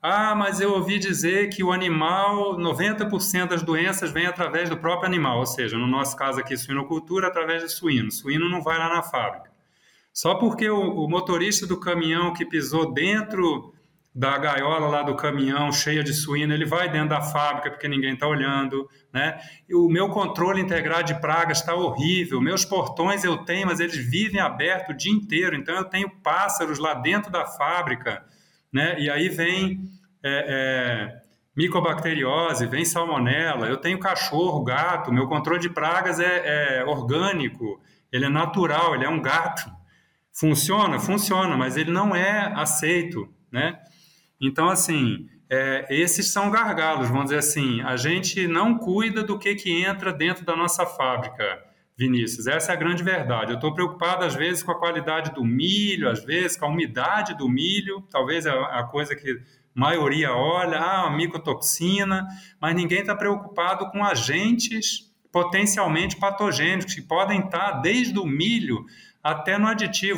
Ah, mas eu ouvi dizer que o animal, 90% das doenças vêm através do próprio animal, ou seja, no nosso caso aqui, suinocultura, através do suíno. O suíno não vai lá na fábrica. Só porque o motorista do caminhão que pisou dentro da gaiola lá do caminhão cheia de suíno, ele vai dentro da fábrica porque ninguém está olhando, né? E o meu controle integrado de pragas está horrível. Meus portões eu tenho, mas eles vivem aberto o dia inteiro. Então eu tenho pássaros lá dentro da fábrica, né? E aí vem micobacteriose, vem salmonela. Eu tenho cachorro, gato. Meu controle de pragas é orgânico, ele é natural, ele é um gato. Funciona? Funciona, mas ele não é aceito, né? Então, assim, esses são gargalos, vamos dizer assim. A gente não cuida do que entra dentro da nossa fábrica, Vinícius. Essa é a grande verdade. Eu estou preocupado, às vezes, com a qualidade do milho, às vezes, com a umidade do milho. Talvez é a coisa que a maioria olha, micotoxina, mas ninguém está preocupado com agentes potencialmente patogênicos que podem estar desde o milho até no aditivo.